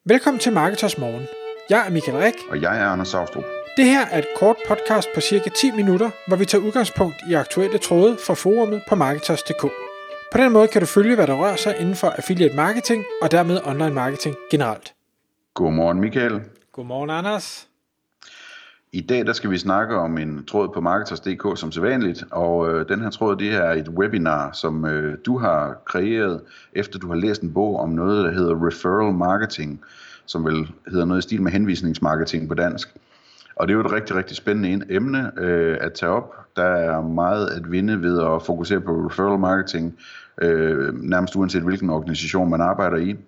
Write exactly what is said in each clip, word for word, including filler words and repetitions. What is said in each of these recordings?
Velkommen til Marketers Morgen. Jeg er Michael Rik. Og jeg er Anders Saustrup. Det her er et kort podcast på cirka ti minutter, hvor vi tager udgangspunkt i aktuelle tråde fra forumet på Marketers punktum d k. På den måde kan du følge, hvad der rører sig inden for affiliate marketing og dermed online marketing generelt. Godmorgen Michael. Godmorgen Anders. I dag der skal vi snakke om en tråd på Marketers punktum d k som sædvanligt, og øh, den her tråd det er et webinar, som øh, du har kreeret, efter du har læst en bog om noget, der hedder referral marketing, som vel hedder noget i stil med henvisningsmarketing på dansk. Og det er jo et rigtig, rigtig spændende emne øh, at tage op. Der er meget at vinde ved at fokusere på referral marketing, øh, nærmest uanset hvilken organisation man arbejder i.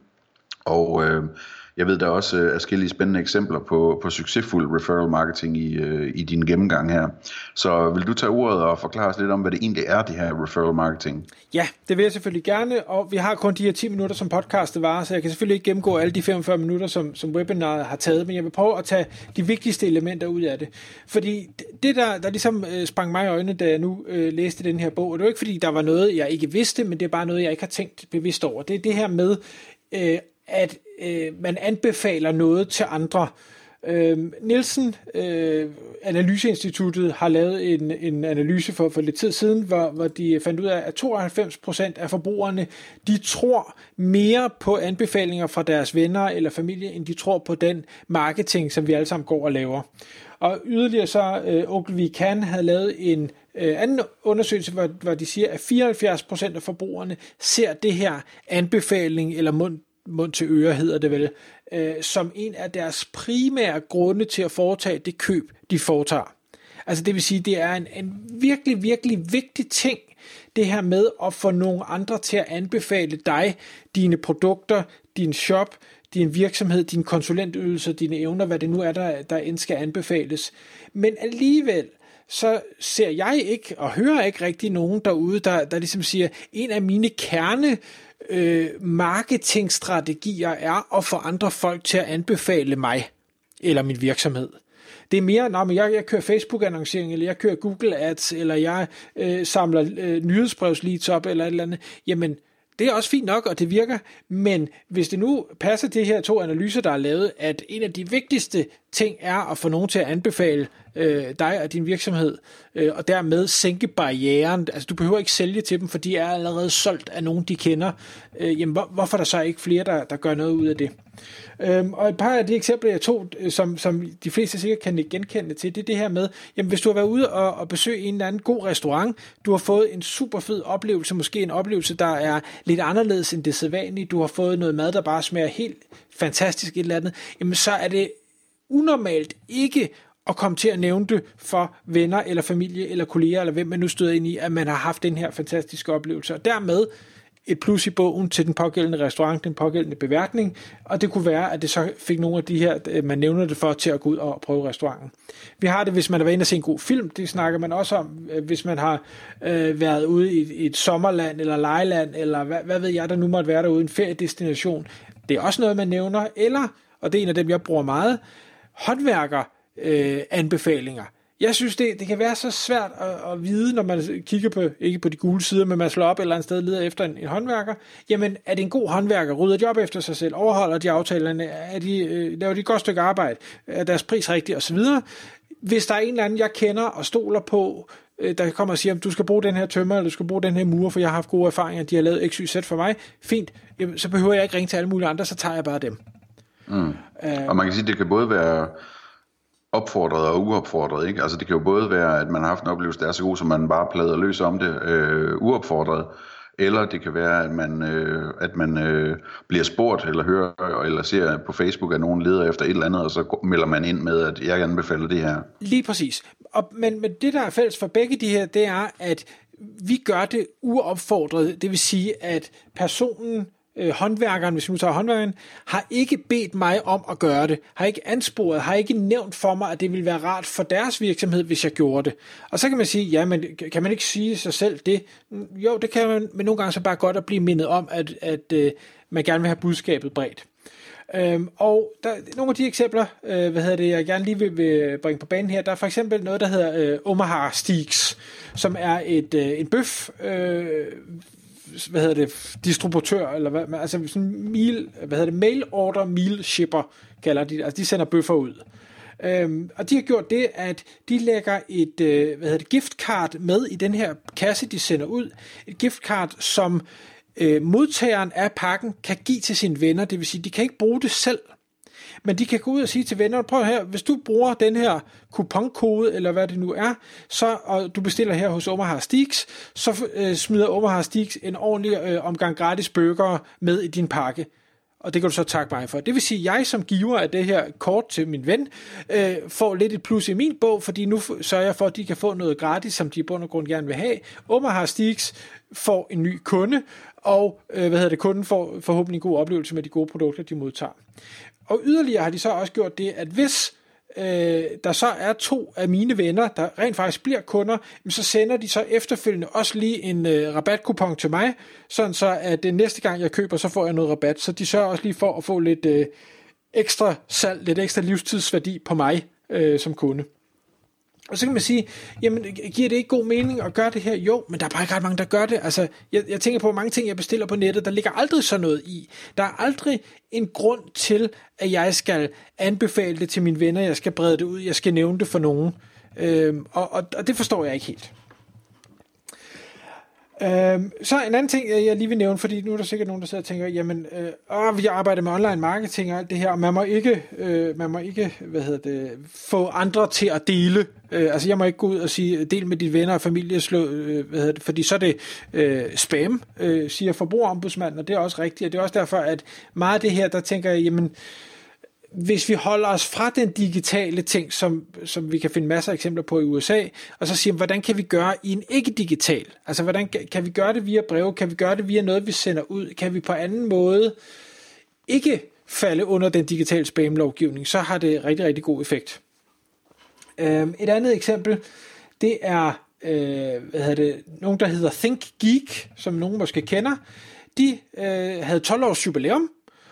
Og øh, jeg ved, der er også øh, forskellige spændende eksempler på, på succesfuld referral marketing i, øh, i din gennemgang her. Så vil du tage ordet og forklare os lidt om, hvad det egentlig er, det her referral marketing? Ja, det vil jeg selvfølgelig gerne, og vi har kun de her ti minutter, som podcastet varer, så jeg kan selvfølgelig ikke gennemgå alle de femogfyrre minutter, som, som webinaret har taget, men jeg vil prøve at tage de vigtigste elementer ud af det. Fordi det, der, der ligesom øh, sprang mig i øjnene, da jeg nu øh, læste den her bog, og det var ikke fordi, der var noget, jeg ikke vidste, men det er bare noget, jeg ikke har tænkt bevidst over. Det er det her med, øh, at øh, man anbefaler noget til andre. Øh, Nielsen, øh, Analyseinstituttet, har lavet en, en analyse for, for lidt tid siden, hvor, hvor de fandt ud af, at tooghalvfems procent af forbrugerne, de tror mere på anbefalinger fra deres venner eller familie, end de tror på den marketing, som vi alle sammen går og laver. Og yderligere så, øh, Ogilvy Can havde lavet en øh, anden undersøgelse, hvor, hvor de siger, at fireoghalvfjerds procent af forbrugerne ser det her anbefaling eller mund mund til øre hedder det vel, øh, som en af deres primære grunde til at foretage det køb, de foretager. Altså det vil sige, det er en, en virkelig, virkelig vigtig ting, det her med at få nogle andre til at anbefale dig, dine produkter, din shop, din virksomhed, dine konsulentydelser, dine evner, hvad det nu er, der, der end skal anbefales. Men alligevel, så ser jeg ikke og hører ikke rigtig nogen derude, der, der ligesom siger, en af mine kerne Øh, marketingstrategier er at få andre folk til at anbefale mig eller min virksomhed. Det er mere, når jeg, jeg kører Facebook-annoncering, eller jeg kører Google Ads, eller jeg øh, samler øh, nyhedsbrevsleads op, eller et eller andet. Jamen, det er også fint nok, og det virker, men hvis det nu passer de her to analyser, der er lavet, at en af de vigtigste ting er at få nogen til at anbefale øh, dig og din virksomhed, øh, og dermed sænke barrieren. Altså, du behøver ikke sælge til dem, for de er allerede solgt af nogen, de kender. Øh, jamen, hvor, hvorfor er der så ikke flere, der, der gør noget ud af det? Øhm, og et par af de eksempler, jeg tog, som, som de fleste sikkert kan genkende til, det er det her med, jamen hvis du har været ude og, og besøge en eller anden god restaurant, du har fået en super fed oplevelse, måske en oplevelse, der er lidt anderledes end det sædvanlige, du har fået noget mad, der bare smager helt fantastisk et eller andet, jamen så er det unormalt ikke at komme til at nævne det for venner eller familie eller kolleger, eller hvem man nu støder ind i, at man har haft den her fantastiske oplevelse, og dermed et plus i bogen til den pågældende restaurant, den pågældende beværtning, og det kunne være, at det så fik nogle af de her, man nævner det for, til at gå ud og prøve restauranten. Vi har det, hvis man har været inde og se en god film, det snakker man også om, hvis man har øh, været ude i et, i et sommerland, eller lejeland, eller hvad, hvad ved jeg, der nu måtte være derude, en feriedestination. Det er også noget, man nævner, eller, og det er en af dem, jeg bruger meget, håndværker øh, anbefalinger. Jeg synes, det, det kan være så svært at, at vide, når man kigger på, ikke på de gule sider, men man slår op et eller andet sted og leder efter en, en håndværker. Jamen, er det en god håndværker? Rydder de op efter sig selv? Overholder de aftalerne? Er de, øh, laver de et godt stykke arbejde? Er deres pris rigtig? Og så videre. Hvis der er en eller anden, jeg kender og stoler på, øh, der kommer og siger, at du skal bruge den her tømmer, eller du skal bruge den her murer, for jeg har haft gode erfaringer, de har lavet X Y Z for mig. Fint. Jamen, så behøver jeg ikke ringe til alle mulige andre, så tager jeg bare dem. Mm. Øh, og man kan sige, at det kan både være opfordret og uopfordret, ikke? Altså det kan jo både være, at man har haft en oplevelse, der er så god, som man bare plader løs om det, øh, uopfordret, eller det kan være, at man, øh, at man øh, bliver spurgt, eller hører, eller ser på Facebook, at nogen leder efter et eller andet, og så melder man ind med, at jeg anbefaler det her. Lige præcis. Og, men, men det, der er fælles for begge de her, det er, at vi gør det uopfordret, det vil sige, at personen, håndværkeren, hvis vi nu tager håndværkeren, har ikke bedt mig om at gøre det, har ikke ansporet, har ikke nævnt for mig, at det ville være rart for deres virksomhed, hvis jeg gjorde det. Og så kan man sige, ja, men kan man ikke sige sig selv det? Jo, det kan man, men nogle gange så bare godt at blive mindet om, at, at uh, man gerne vil have budskabet bredt. Øhm, og der, nogle af de eksempler, øh, hvad hedder det, jeg gerne lige vil, vil bringe på banen her, der er for eksempel noget, der hedder øh, Omaha Steaks, som er et, øh, en bøf, øh, hvad hedder det, distributør, eller hvad, altså sådan mail, hvad hedder det, mail order meal shipper, kalder de, altså de sender bøffer ud. Øhm, og de har gjort det, at de lægger et øh, hvad hedder det, giftcard med i den her kasse, de sender ud. Et giftcard, som øh, modtageren af pakken kan give til sine venner, det vil sige, de kan ikke bruge det selv, men de kan gå ud og sige til vennerne, prøv her, hvis du bruger den her kuponkode, eller hvad det nu er, så, og du bestiller her hos Omaha Steaks, så øh, smider Omaha Steaks en ordentlig øh, omgang gratis burger med i din pakke. Og det kan du så takke mig for. Det vil sige, at jeg som giver af det her kort til min ven, øh, får lidt et plus i min bog, fordi nu sørger jeg for, at de kan få noget gratis, som de i bund og grund gerne vil have. Omaha Steaks får en ny kunde, og øh, hvad hedder det, kunden får forhåbentlig en god oplevelse med de gode produkter, de modtager. Og yderligere har de så også gjort det, at hvis øh, der så er to af mine venner, der rent faktisk bliver kunder, så sender de så efterfølgende også lige en øh, rabatkupon til mig, sådan så at øh, næste gang jeg køber, så får jeg noget rabat. Så de sørger også lige for at få lidt øh, ekstra salg, lidt ekstra livstidsværdi på mig øh, som kunde. Og så kan man sige, jamen giver det ikke god mening at gøre det her? Jo, men der er bare ikke ret mange, der gør det. Altså, jeg, jeg tænker på mange ting, jeg bestiller på nettet, der ligger aldrig sådan noget i. Der er aldrig en grund til, at jeg skal anbefale det til mine venner, jeg skal brede det ud, jeg skal nævne det for nogen. Øhm, og, og, og det forstår jeg ikke helt. Øhm, så en anden ting, jeg lige vil nævne, fordi nu er der sikkert nogen, der sidder og tænker, jamen, øh, åh, vi arbejder med online marketing og alt det her, og man må ikke, øh, man må ikke, hvad hedder det, få andre til at dele. Øh, altså, jeg må ikke gå ud og sige, del med dine venner og familie, slå, øh, hvad hedder det, fordi så er det øh, spam, øh, siger forbrugerombudsmanden, og det er også rigtigt, og det er også derfor, at meget af det her, der tænker jeg, jamen, hvis vi holder os fra den digitale ting, som, som vi kan finde masser af eksempler på i U S A, og så siger, hvordan kan vi gøre i en ikke-digital? Altså, hvordan kan vi gøre det via breve? Kan vi gøre det via noget, vi sender ud? Kan vi på anden måde ikke falde under den digitale spam-lovgivning? Så har det rigtig, rigtig god effekt. Et andet eksempel, det er øh, hvad hedder det, nogen, der hedder ThinkGeek, som nogen måske kender. De øh, havde tolv års jubilæum,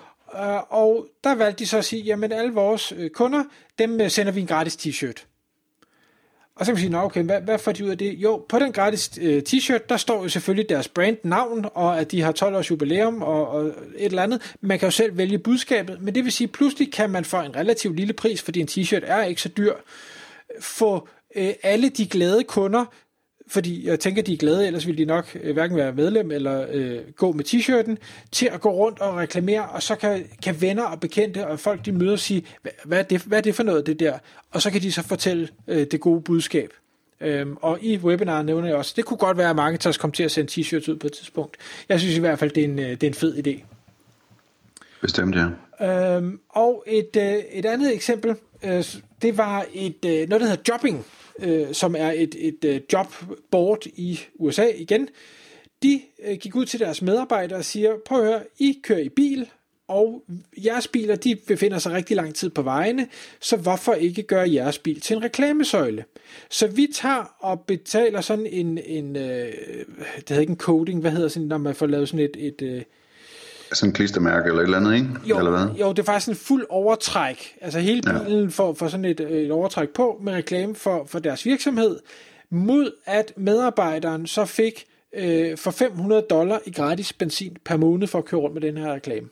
og der valgte de så at sige, jamen alle vores kunder, dem sender vi en gratis t-shirt. Og så kan man sige, nå okay, hvad, hvad får de ud af det? Jo, på den gratis t-shirt, der står jo selvfølgelig deres brandnavn, og at de har tolv års jubilæum og, og et eller andet. Man kan jo selv vælge budskabet, men det vil sige, pludselig kan man for en relativt lille pris, fordi en t-shirt er ikke så dyr, få øh, alle de glade kunder, fordi jeg tænker, de er glade, ellers ville de nok øh, hverken være medlem eller øh, gå med t-shirten, til at gå rundt og reklamere, og så kan, kan venner og bekendte og folk, de møder, sige, hvad er, det, hvad er det for noget, det der? Og så kan de så fortælle øh, det gode budskab. Øhm, og i webinaret nævner jeg også, det kunne godt være, at marketers kom til at sende t-shirts ud på et tidspunkt. Jeg synes i hvert fald, det er en, det er en fed idé. Bestemt, ja. Øhm, og et, øh, et andet eksempel, øh, det var et, øh, noget, der hedder Jobbing, øh, som er et, et øh, jobboard i U S A igen. De øh, gik ud til deres medarbejdere og siger, prøv at høre, I kører i bil, og jeres biler, de befinder sig rigtig lang tid på vejene, så hvorfor ikke gøre jeres bil til en reklamesøjle? Så vi tager og betaler sådan en, en øh, det hedder ikke en coding, hvad hedder sådan, når man får lavet sådan et... et øh, sådan en klistermærke eller et eller andet, ikke? Jo, eller hvad? jo, det er faktisk en fuld overtræk. Altså hele bilen ja. får, får sådan et, et overtræk på med reklame for, for deres virksomhed, mod at medarbejderen så fik øh, for fem hundrede dollar i gratis benzin per måned for at køre rundt med den her reklame.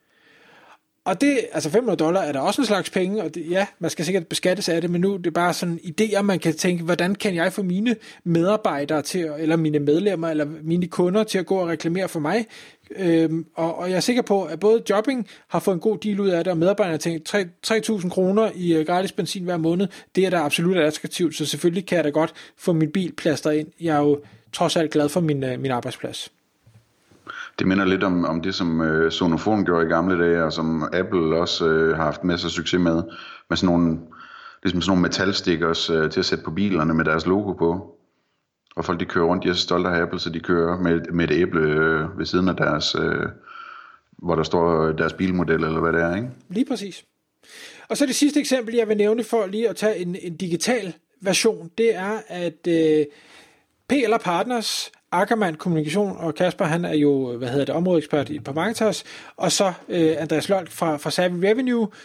Og det, altså fem hundrede dollar er der også en slags penge, og det, ja, man skal sikkert beskattes af det, men nu det er bare sådan idéer, man kan tænke, hvordan kan jeg få mine medarbejdere til, eller mine medlemmer, eller mine kunder til at gå og reklamere for mig? Øhm, og, og jeg er sikker på, at både Jobbing har fået en god deal ud af det, og medarbejderne har tænkt, tre tusind kroner i uh, gratis benzin hver måned, det er da absolut attraktivt, så selvfølgelig kan jeg da godt få min bil plastret ind. Jeg er jo trods alt glad for min, uh, min arbejdsplads. Det minder lidt om, om det, som øh, Sonofon gjorde i gamle dage, og som Apple også øh, har haft masser af succes med, med sådan nogle, ligesom sådan nogle metalstickers øh, til at sætte på bilerne med deres logo på. Og folk, de kører rundt, de er så stolte af Apple, så de kører med, med et æble øh, ved siden af deres, øh, hvor der står deres bilmodel, eller hvad det er, ikke? Lige præcis. Og så det sidste eksempel, jeg vil nævne for lige at tage en, en digital version, det er, at øh, P L Partners, Ackermann Kommunikation, og Kasper, han er jo, hvad hedder det, områdeekspert på Marketers, og så øh, Andreas Lolk fra, fra Savvy Revenue,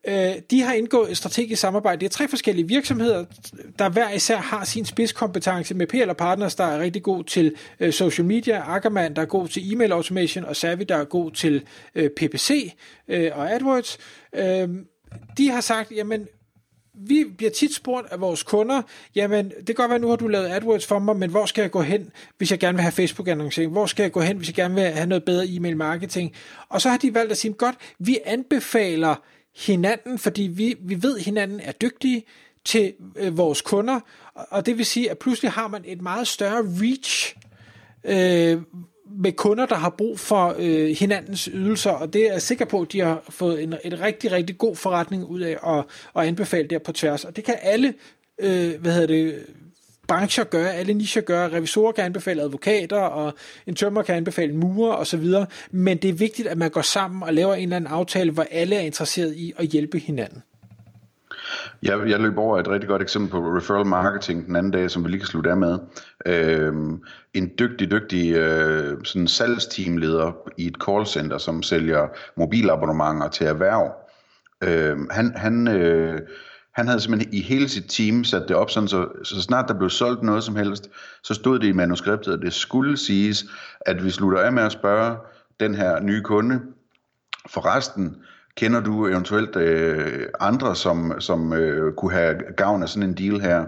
Øh, de har indgået et strategisk samarbejde. Det er tre forskellige virksomheder, der hver især har sin spidskompetence med P L Partners, der er rigtig god til øh, social media, Ackerman, der er god til email automation, og Savvy, der er god til øh, P P C øh, og AdWords. Øh, de har sagt, jamen, vi bliver tit spurgt af vores kunder, jamen, det kan godt være, nu har du lavet AdWords for mig, men hvor skal jeg gå hen, hvis jeg gerne vil have Facebook-annoncering? Hvor skal jeg gå hen, hvis jeg gerne vil have noget bedre e-mail marketing? Og så har de valgt at sige, godt, vi anbefaler hinanden, fordi vi, vi ved, at hinanden er dygtige til øh, vores kunder, og det vil sige, at pludselig har man et meget større reach øh, med kunder, der har brug for øh, hinandens ydelser, og det er jeg sikker på, at de har fået en, en rigtig, rigtig god forretning ud af at, at anbefale der på tværs, og det kan alle øh, hvad hedder det, brancher gøre, alle nicher gøre, revisorer kan anbefale advokater, og en tømrer kan anbefale murer og så videre, men det er vigtigt, at man går sammen og laver en eller anden aftale, hvor alle er interesseret i at hjælpe hinanden. Jeg, jeg løb over et rigtig godt eksempel på referral marketing den anden dag, som vi lige kan slutte af med. Øhm, en dygtig, dygtig øh, sådan salgsteamleder i et callcenter, som sælger mobilabonnementer til erhverv. Øhm, han, han, øh, han havde simpelthen i hele sit team sat det op, sådan så, så snart der blev solgt noget som helst, så stod det i manuskriptet, at det skulle siges, at vi slutter af med at spørge den her nye kunde, forresten, kender du eventuelt øh, andre, som, som øh, kunne have gavn af sådan en deal her?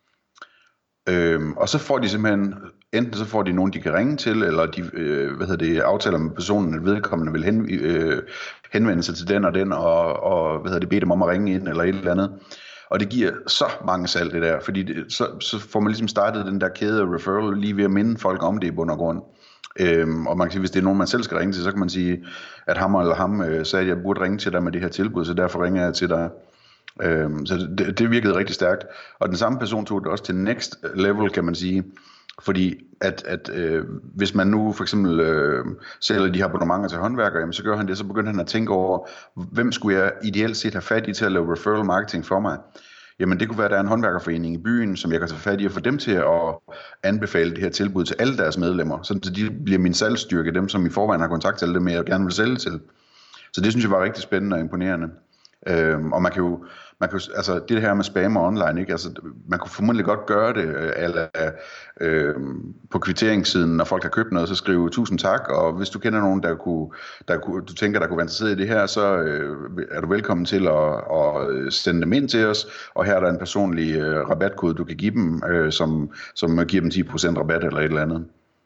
Øhm, og så får de simpelthen, enten så får de nogen, de kan ringe til, eller de øh, hvad hedder det, aftaler med personen, at vedkommende vil hen, øh, henvende sig til den og den, og, og hvad hedder det, bede dem om at ringe ind, eller et eller andet. Og det giver så mange salg, det der, fordi det, så, så får man ligesom startet den der kæde af referral, lige ved at minde folk om det i bund og grund. Øhm, og man kan sige, hvis det er nogen, man selv skal ringe til, så kan man sige, at ham eller ham øh, sagde, at jeg burde ringe til dig med det her tilbud, så derfor ringer jeg til dig. Øhm, så det, det virkede rigtig stærkt. Og den samme person tog det også til next level, kan man sige. Fordi at, at øh, hvis man nu for eksempel øh, sælger de her abonnementer til håndværkere, jamen, så gør han det, så begynder han at tænke over, hvem skulle jeg ideelt set have fat i til at lave referral marketing for mig? Jamen det kunne være, at der er en håndværkerforening i byen, som jeg kan tage fat i og få dem til at anbefale det her tilbud til alle deres medlemmer, så de bliver min salgsstyrke, dem som i forvejen har kontakt til alle dem, jeg gerne vil sælge til. Så det synes jeg var rigtig spændende og imponerende. Øhm, og man kan jo, man kan, altså det her med spammer online, ikke? Altså, man kunne formodentlig godt gøre det eller, øh, på kvitteringssiden, når folk har købt noget, så skrive tusind tak, og hvis du kender nogen, der kunne, der kunne, du tænker, der kunne være interesseret i det her, så øh, er du velkommen til at, at sende dem ind til os, og her er der en personlig øh, rabatkode, du kan give dem, øh, som, som giver dem ti procent rabat eller et eller andet.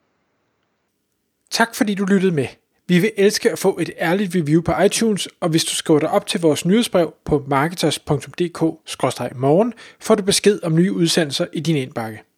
Tak fordi du lyttede med. Vi vil elske at få et ærligt review på iTunes, og hvis du skriver dig op til vores nyhedsbrev på marketers punktum d k skråstreg morgen, får du besked om nye udsendelser i din indbakke.